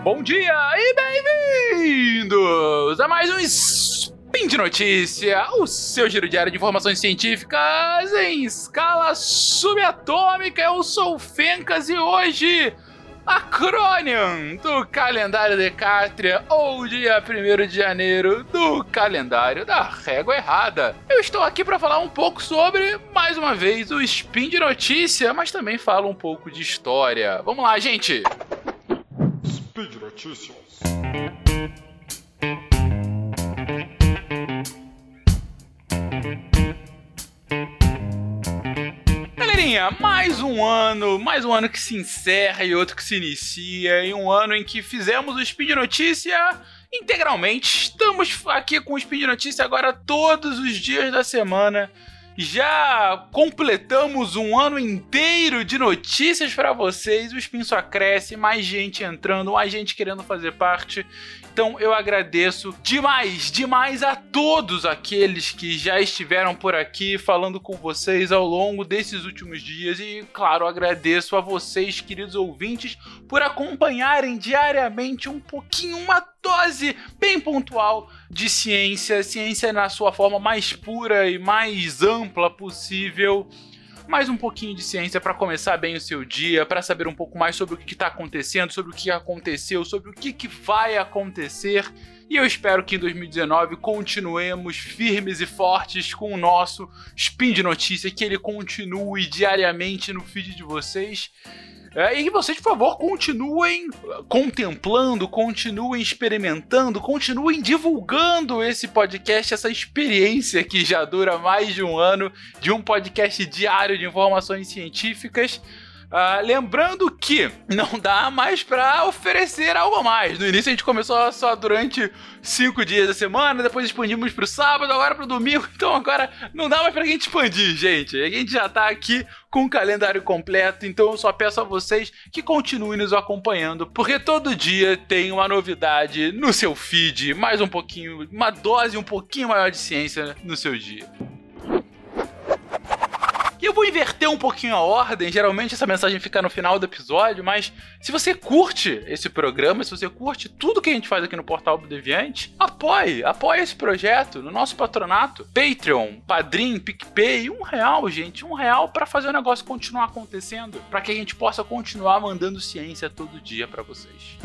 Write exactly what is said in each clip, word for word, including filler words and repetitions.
Bom dia e bem-vindos a mais um Spin de Notícia, o seu giro diário de informações científicas em escala subatômica. Eu sou o Fencas e hoje, Acronian do calendário Decátria, ou dia primeiro de janeiro do calendário da Régua Errada. Eu estou aqui para falar um pouco sobre, mais uma vez, o Spin de Notícia, mas também falo um pouco de história. Vamos lá, gente! Speed Notícias. Galerinha, mais um ano, mais um ano que se encerra e outro que se inicia, e um ano em que fizemos o Speed Notícia integralmente. Estamos aqui com o Speed Notícia agora todos os dias da semana. Já completamos um ano inteiro de notícias para vocês. O Spin só cresce, mais gente entrando, mais gente querendo fazer parte. Então eu agradeço demais, demais a todos aqueles que já estiveram por aqui falando com vocês ao longo desses últimos dias. E, claro, agradeço a vocês, queridos ouvintes, por acompanharem diariamente um pouquinho, uma dose bem pontual de ciência. Ciência na sua forma mais pura e mais ampla possível. Mais um pouquinho de ciência para começar bem o seu dia, para saber um pouco mais sobre o que está acontecendo, sobre o que aconteceu, sobre o que, que vai acontecer. E eu espero que em dois mil e dezenove continuemos firmes e fortes com o nosso Spin de Notícia, que ele continue diariamente no feed de vocês. É, e que vocês, por favor, continuem contemplando, continuem experimentando, continuem divulgando esse podcast, essa experiência que já dura mais de um ano, de um podcast diário de informações científicas. Uh, lembrando que não dá mais para oferecer algo a mais. No início a gente começou só durante cinco dias da semana, depois expandimos para o sábado, agora para o domingo. Então agora não dá mais para a gente expandir, gente. A gente já está aqui com o calendário completo, então eu só peço a vocês que continuem nos acompanhando, porque todo dia tem uma novidade no seu feed, mais um pouquinho, uma dose um pouquinho maior de ciência no seu dia. E eu vou inverter um pouquinho a ordem, geralmente essa mensagem fica no final do episódio, mas se você curte esse programa, se você curte tudo que a gente faz aqui no Portal do Deviante, apoie, apoie esse projeto no nosso patronato, Patreon, Padrim, PicPay, um real, gente, um real para fazer o negócio continuar acontecendo, para que a gente possa continuar mandando ciência todo dia para vocês.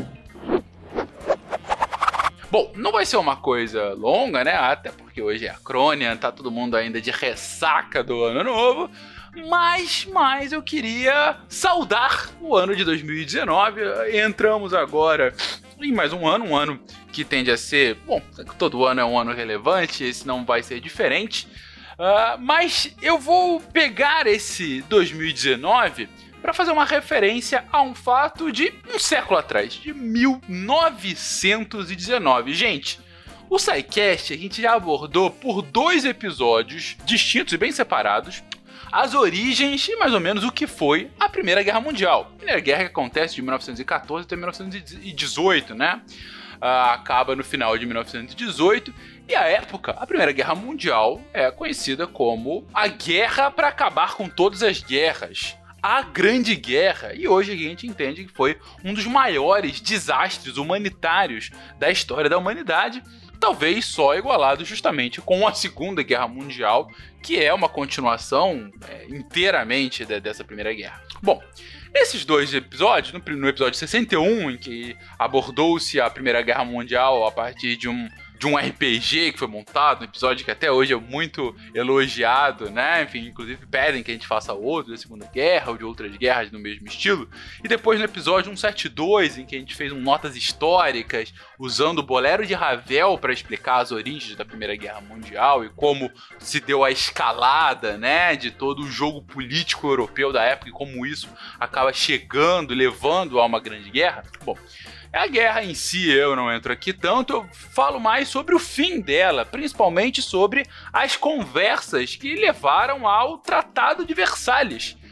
Bom, não vai ser uma coisa longa, né? Até porque hoje é Acronian, tá todo mundo ainda de ressaca do ano novo. Mas, mas eu queria saudar o ano de dois mil e dezenove. Entramos agora em mais um ano, um ano que tende a ser... Bom, todo ano é um ano relevante, esse não vai ser diferente. Uh, mas eu vou pegar esse dois mil e dezenove... para fazer uma referência a um fato de um século atrás, de mil novecentos e dezenove. Gente, o SciCast a gente já abordou por dois episódios distintos e bem separados as origens e mais ou menos o que foi a Primeira Guerra Mundial. A Primeira Guerra que acontece de mil novecentos e catorze até mil novecentos e dezoito, né? Uh, acaba no final de mil novecentos e dezoito. E a época, a Primeira Guerra Mundial é conhecida como a guerra para acabar com todas as guerras. A Grande Guerra, e hoje a gente entende que foi um dos maiores desastres humanitários da história da humanidade, talvez só igualado justamente com a Segunda Guerra Mundial, que é uma continuação é, inteiramente de, dessa Primeira Guerra. Bom, nesses dois episódios, no, no episódio sessenta e um, em que abordou-se a Primeira Guerra Mundial a partir de um de um R P G que foi montado, um episódio que até hoje é muito elogiado, né? Enfim, inclusive pedem que a gente faça outro da Segunda Guerra ou de outras guerras no mesmo estilo. E depois no episódio cento e setenta e dois, em que a gente fez um notas históricas, usando o Bolero de Ravel para explicar as origens da Primeira Guerra Mundial e como se deu a escalada, né, de todo o jogo político europeu da época e como isso acaba chegando, levando a uma grande guerra. Bom, a guerra em si eu não entro aqui tanto, eu falo mais sobre o fim dela, principalmente sobre as conversas que levaram ao Tratado de Versalhes,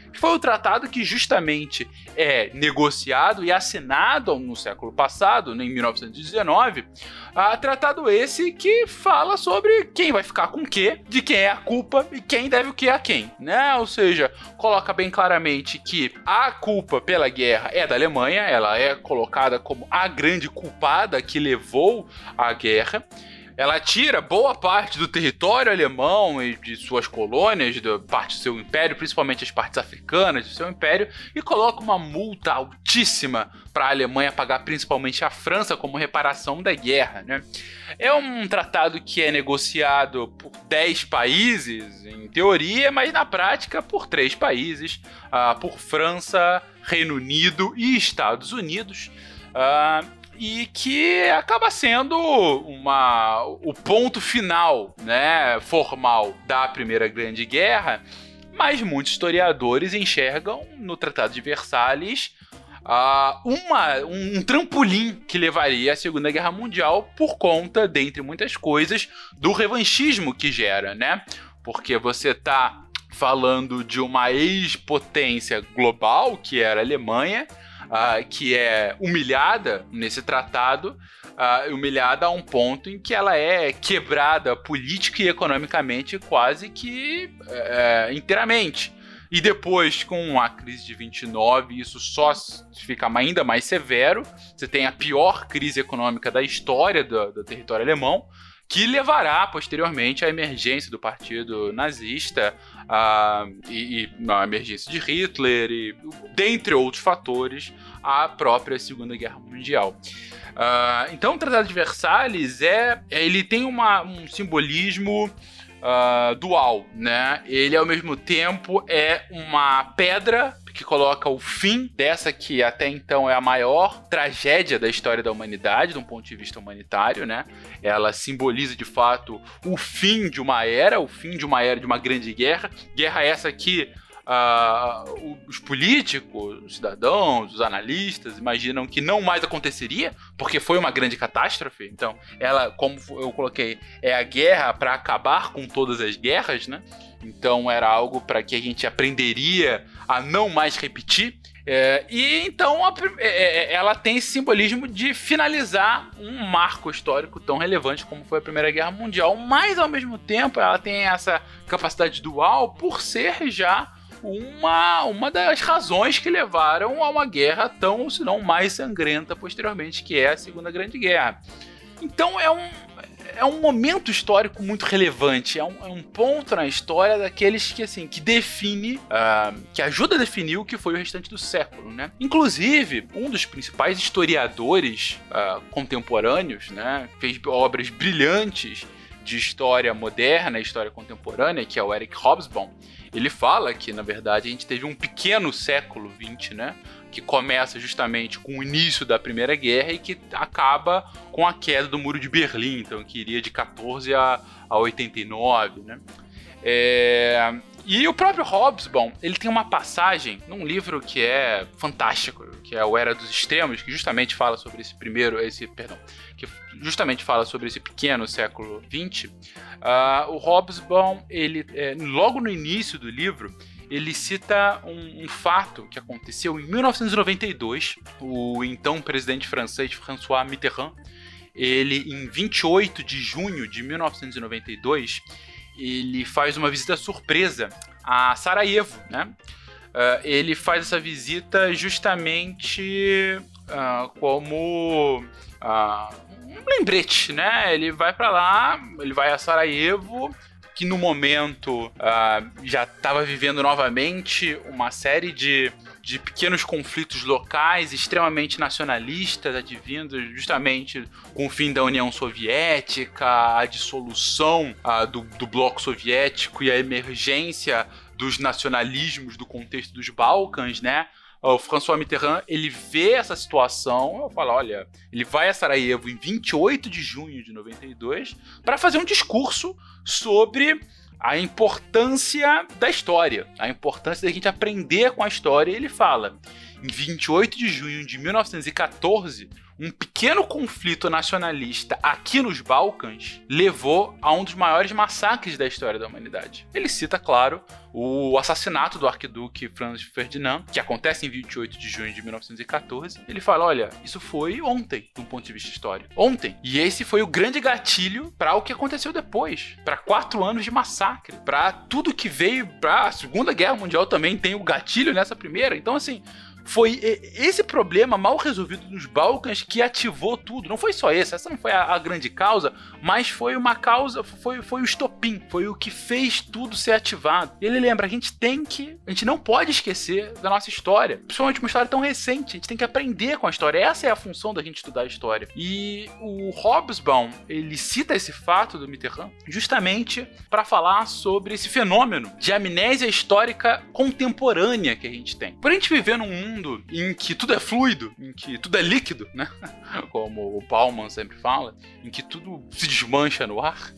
que foi o tratado que justamente é negociado e assinado no século passado, em mil novecentos e dezenove, uh, tratado esse que fala sobre quem vai ficar com o quê, de quem é a culpa e quem deve o que a quem, né? Ou seja, coloca bem claramente que a culpa pela guerra é da Alemanha, ela é colocada como a grande culpada que levou à guerra. Ela tira boa parte do território alemão e de suas colônias, de parte do seu império, principalmente as partes africanas do seu império, e coloca uma multa altíssima para a Alemanha pagar, principalmente a França, como reparação da guerra, né? É um tratado que é negociado por dez países, em teoria, mas na prática por três países, uh, por França, Reino Unido e Estados Unidos. Uh, E que acaba sendo uma, o ponto final, né, formal da Primeira Grande Guerra, mas muitos historiadores enxergam no Tratado de Versalhes uh, uma, um, um trampolim que levaria à Segunda Guerra Mundial por conta, dentre muitas coisas, do revanchismo que gera, né? Porque você está falando de uma ex-potência global, que era a Alemanha, Uh, que é humilhada nesse tratado, uh, humilhada a um ponto em que ela é quebrada política e economicamente quase que uh, inteiramente. E depois, com a crise de vinte e nove, isso só fica ainda mais severo. Você tem a pior crise econômica da história do, do território alemão, que levará posteriormente à emergência do partido nazista, a, e, e a emergência de Hitler, e, dentre outros fatores, a própria Segunda Guerra Mundial. Uh, então, o Tratado de Versalhes é, ele tem uma, um simbolismo Uh, dual, né? Ele, ao mesmo tempo, é uma pedra que coloca o fim dessa que até então é a maior tragédia da história da humanidade, de um ponto de vista humanitário, né? Ela simboliza, de fato, o fim de uma era, o fim de uma era, de uma grande guerra. Guerra essa que Uh, os políticos, os cidadãos, os analistas imaginam que não mais aconteceria, porque foi uma grande catástrofe. Então, ela, como eu coloquei, é a guerra para acabar com todas as guerras, né? Então, era algo para que a gente aprenderia a não mais repetir. É, e então a, é, ela tem esse simbolismo de finalizar um marco histórico tão relevante como foi a Primeira Guerra Mundial, mas ao mesmo tempo ela tem essa capacidade dual por ser já Uma, uma das razões que levaram a uma guerra tão, se não mais sangrenta posteriormente, que é a Segunda Grande Guerra. Então é um, é um momento histórico muito relevante, é um, é um ponto na história daqueles que, assim, que define, uh, que ajuda a definir o que foi o restante do século, né? Inclusive, um dos principais historiadores uh, contemporâneos, né, fez obras brilhantes de história moderna, história contemporânea, que é o Eric Hobsbawm. Ele fala que, na verdade, a gente teve um pequeno século vinte, né? Que começa justamente com o início da Primeira Guerra e que acaba com a queda do Muro de Berlim, então que iria de quatorze a oitenta e nove, né? É... E o próprio Hobsbawm, ele tem uma passagem num livro que é fantástico, que é o Era dos Extremos, que justamente fala sobre esse primeiro, esse, perdão, que justamente fala sobre esse pequeno século vinte. Uh, o Hobsbawm, ele, é, logo no início do livro, ele cita um, um fato que aconteceu em mil novecentos e noventa e dois. O então presidente francês François Mitterrand, ele em vinte e oito de junho de mil novecentos e noventa e dois, ele faz uma visita surpresa a Sarajevo, né? Uh, ele faz essa visita justamente uh, como uh, um lembrete, né? Ele vai para lá, ele vai a Sarajevo, que no momento uh, já estava vivendo novamente uma série de, de pequenos conflitos locais extremamente nacionalistas, advindos justamente com o fim da União Soviética, a dissolução uh, do, do bloco soviético e a emergência dos nacionalismos do contexto dos Balcãs, né? O François Mitterrand, ele vê essa situação, eu falo, olha, ele vai a Sarajevo em vinte e oito de junho de noventa e dois para fazer um discurso sobre a importância da história, a importância da gente aprender com a história. E ele fala, em vinte e oito de junho de mil novecentos e quatorze, um pequeno conflito nacionalista aqui nos Balcãs levou a um dos maiores massacres da história da humanidade. Ele cita, claro, o assassinato do arquiduque Franz Ferdinand, que acontece em vinte e oito de junho de mil novecentos e catorze. Ele fala, olha, isso foi ontem, de um ponto de vista histórico. Ontem. E esse foi o grande gatilho para o que aconteceu depois. Para quatro anos de massacre. Para tudo que veio para a Segunda Guerra Mundial também tem o gatilho nessa primeira. Então, assim... Foi esse problema mal resolvido nos Balcãs que ativou tudo. Não foi só esse, essa não foi a, a grande causa, mas foi uma causa, foi, foi o estopim, foi o que fez tudo ser ativado. E ele lembra, a gente tem que, a gente não pode esquecer da nossa história, principalmente uma história tão recente, a gente tem que aprender com a história, essa é a função da gente estudar a história. E o Hobsbawm, ele cita esse fato do Mitterrand justamente para falar sobre esse fenômeno de amnésia histórica contemporânea que a gente tem. Por a gente viver num mundo em que tudo é fluido, em que tudo é líquido, né? Como o Bauman sempre fala, em que tudo se desmancha no ar.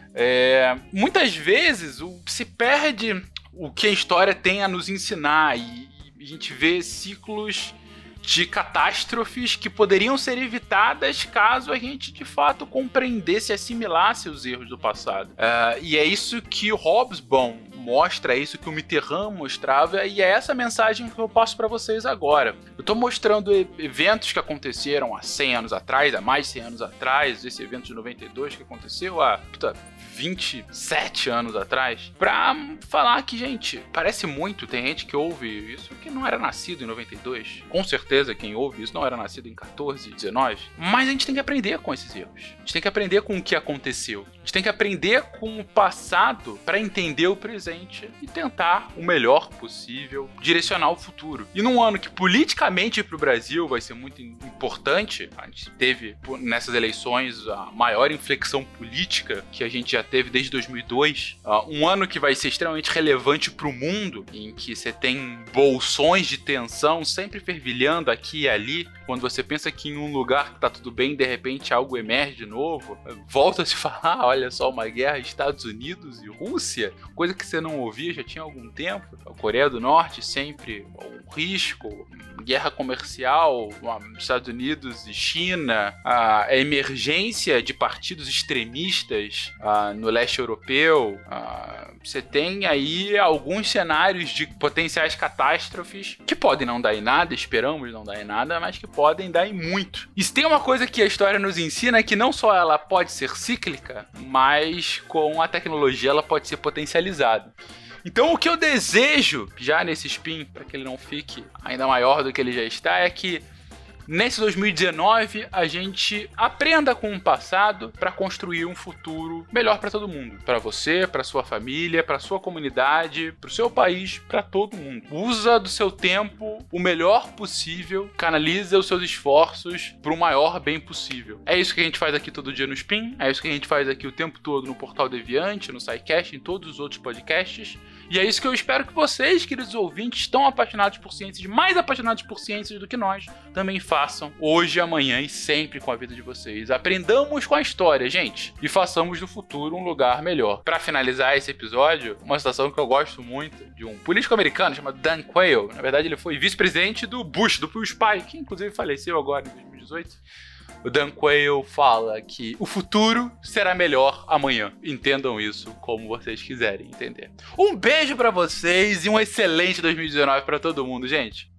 É, muitas vezes o, se perde o que a história tem a nos ensinar e, e a gente vê ciclos de catástrofes que poderiam ser evitadas caso a gente de fato compreendesse e assimilasse os erros do passado. Uh, e é isso que o Hobsbawm mostra, é isso que o Mitterrand mostrava, e é essa mensagem que eu passo para vocês agora. Eu estou mostrando eventos que aconteceram há cem anos atrás, há mais de cem anos atrás, esse evento de noventa e dois que aconteceu há puta, vinte e sete anos atrás, pra falar que, gente, parece muito, tem gente que ouve isso que não era nascido em noventa e dois, com certeza quem ouve isso não era nascido em catorze, dezenove, mas a gente tem que aprender com esses erros, a gente tem que aprender com o que aconteceu, a gente tem que aprender com o passado para entender o presente e tentar o melhor possível direcionar o futuro. E num ano que politicamente para o Brasil vai ser muito importante, a gente teve nessas eleições a maior inflexão política que a gente já teve desde dois mil e dois, uh, um ano que vai ser extremamente relevante para o mundo, em que você tem bolsões de tensão sempre fervilhando aqui e ali, quando você pensa que em um lugar que tá tudo bem, de repente algo emerge de novo, volta a se falar, olha só, uma guerra Estados Unidos e Rússia, coisa que você não ouvia já tinha algum tempo. A Coreia do Norte sempre um risco, guerra comercial, Estados Unidos e China, a emergência de partidos extremistas uh, no leste europeu, uh, você tem aí alguns cenários de potenciais catástrofes que podem não dar em nada, esperamos não dar em nada, mas que podem dar em muito. E se tem uma coisa que a história nos ensina é que não só ela pode ser cíclica, mas com a tecnologia ela pode ser potencializada. Então o que eu desejo já nesse spin, para que ele não fique ainda maior do que ele já está, é que nesse dois mil e dezenove a gente aprenda com o passado para construir um futuro melhor para todo mundo, para você, para sua família, para sua comunidade, para o seu país, para todo mundo. Usa do seu tempo o melhor possível, canaliza os seus esforços para o maior bem possível. É isso que a gente faz aqui todo dia no Spin, é isso que a gente faz aqui o tempo todo no Portal Deviante, no SciCast, em todos os outros podcasts. E é isso que eu espero que vocês, queridos ouvintes, tão apaixonados por ciências, mais apaixonados por ciências do que nós, também façam hoje, amanhã e sempre com a vida de vocês. Aprendamos com a história, gente, e façamos do futuro um lugar melhor. Para finalizar esse episódio, uma citação que eu gosto muito de um político americano chamado Dan Quayle. Na verdade, ele foi vice-presidente do Bush, do Bush pai, que inclusive faleceu agora em dois mil e dezoito. O Dan Quayle fala que o futuro será melhor amanhã. Entendam isso como vocês quiserem entender. Um beijo pra vocês e um excelente dois mil e dezenove pra todo mundo, gente.